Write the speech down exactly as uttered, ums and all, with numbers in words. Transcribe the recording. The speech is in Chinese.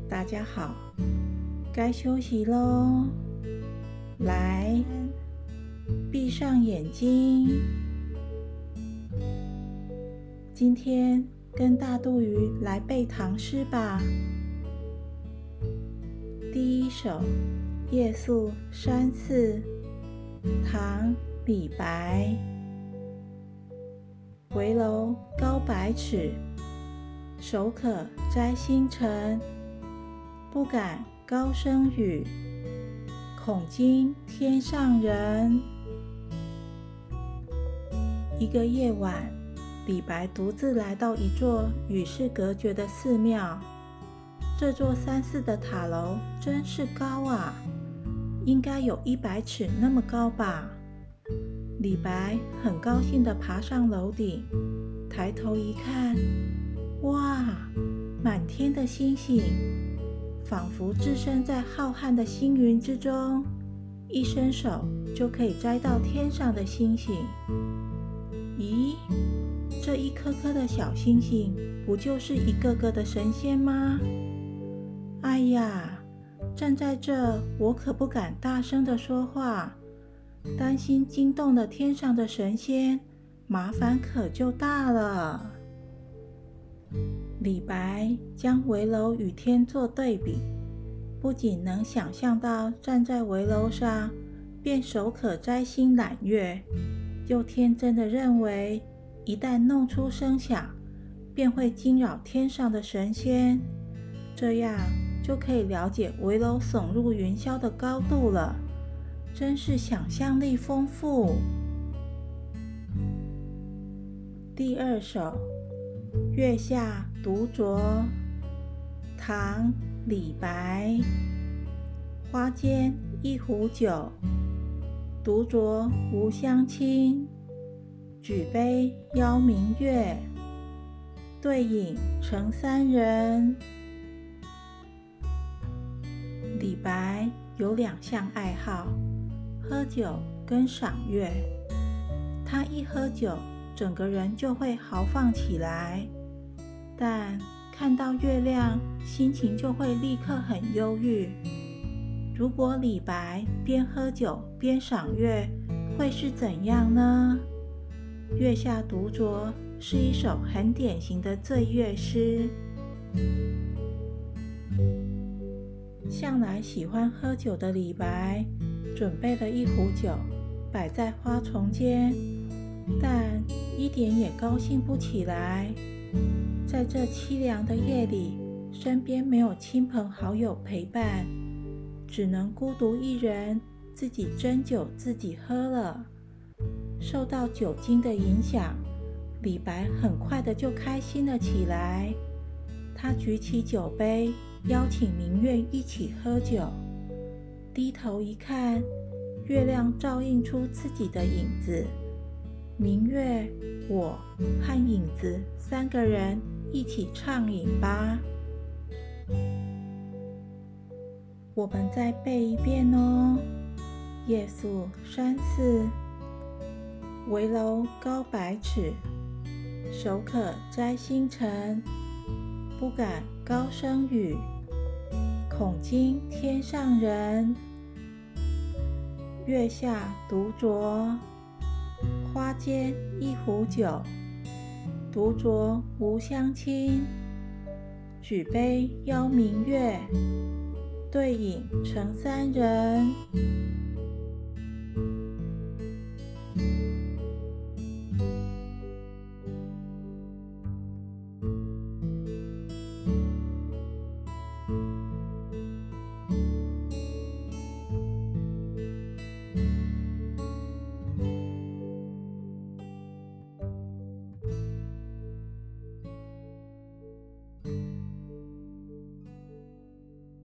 大家好，该休息咯。来，闭上眼睛。今天跟大肚鱼来背唐诗吧。第一首《夜宿山寺》，唐·李白。危楼高百尺，手可摘星辰。不敢高声语，恐惊天上人。一个夜晚，李白独自来到一座与世隔绝的寺庙。这座山寺的塔楼真是高啊，应该有一百尺那么高吧。李白很高兴地爬上楼顶，抬头一看，哇，满天的星星，仿佛置身在浩瀚的星云之中，一伸手就可以摘到天上的星星。咦，这一颗颗的小星星，不就是一个个的神仙吗？哎呀，站在这，我可不敢大声地说话，担心惊动了天上的神仙，麻烦可就大了。李白将危楼与天作对比，不仅能想象到站在危楼上便手可摘星揽月，又天真地认为一旦弄出声响，便会惊扰天上的神仙，这样就可以了解危楼耸入云霄的高度了，真是想象力丰富。第二首《月下独酌》，唐·李白。花间一壶酒，独酌无相亲。举杯邀明月，对影成三人。李白有两项爱好，喝酒跟赏月。他一喝酒，整个人就会豪放起来，但看到月亮，心情就会立刻很忧郁。如果李白边喝酒边赏月，会是怎样呢？《月下独酌》是一首很典型的醉月诗。向来喜欢喝酒的李白，准备了一壶酒，摆在花丛间，但一点也高兴不起来。在这凄凉的夜里，身边没有亲朋好友陪伴，只能孤独一人，自己斟酒自己喝了。受到酒精的影响，李白很快的就开心了起来。他举起酒杯，邀请明月一起喝酒。低头一看，月亮照映出自己的影子。明月、我和影子三个人一起畅饮吧。我们再背一遍哦。夜宿山寺，危楼高百尺，手可摘星辰。不敢高声语，恐惊天上人。月下独酌，花间一壶酒，独酌无相亲。举杯邀明月，对影成三人。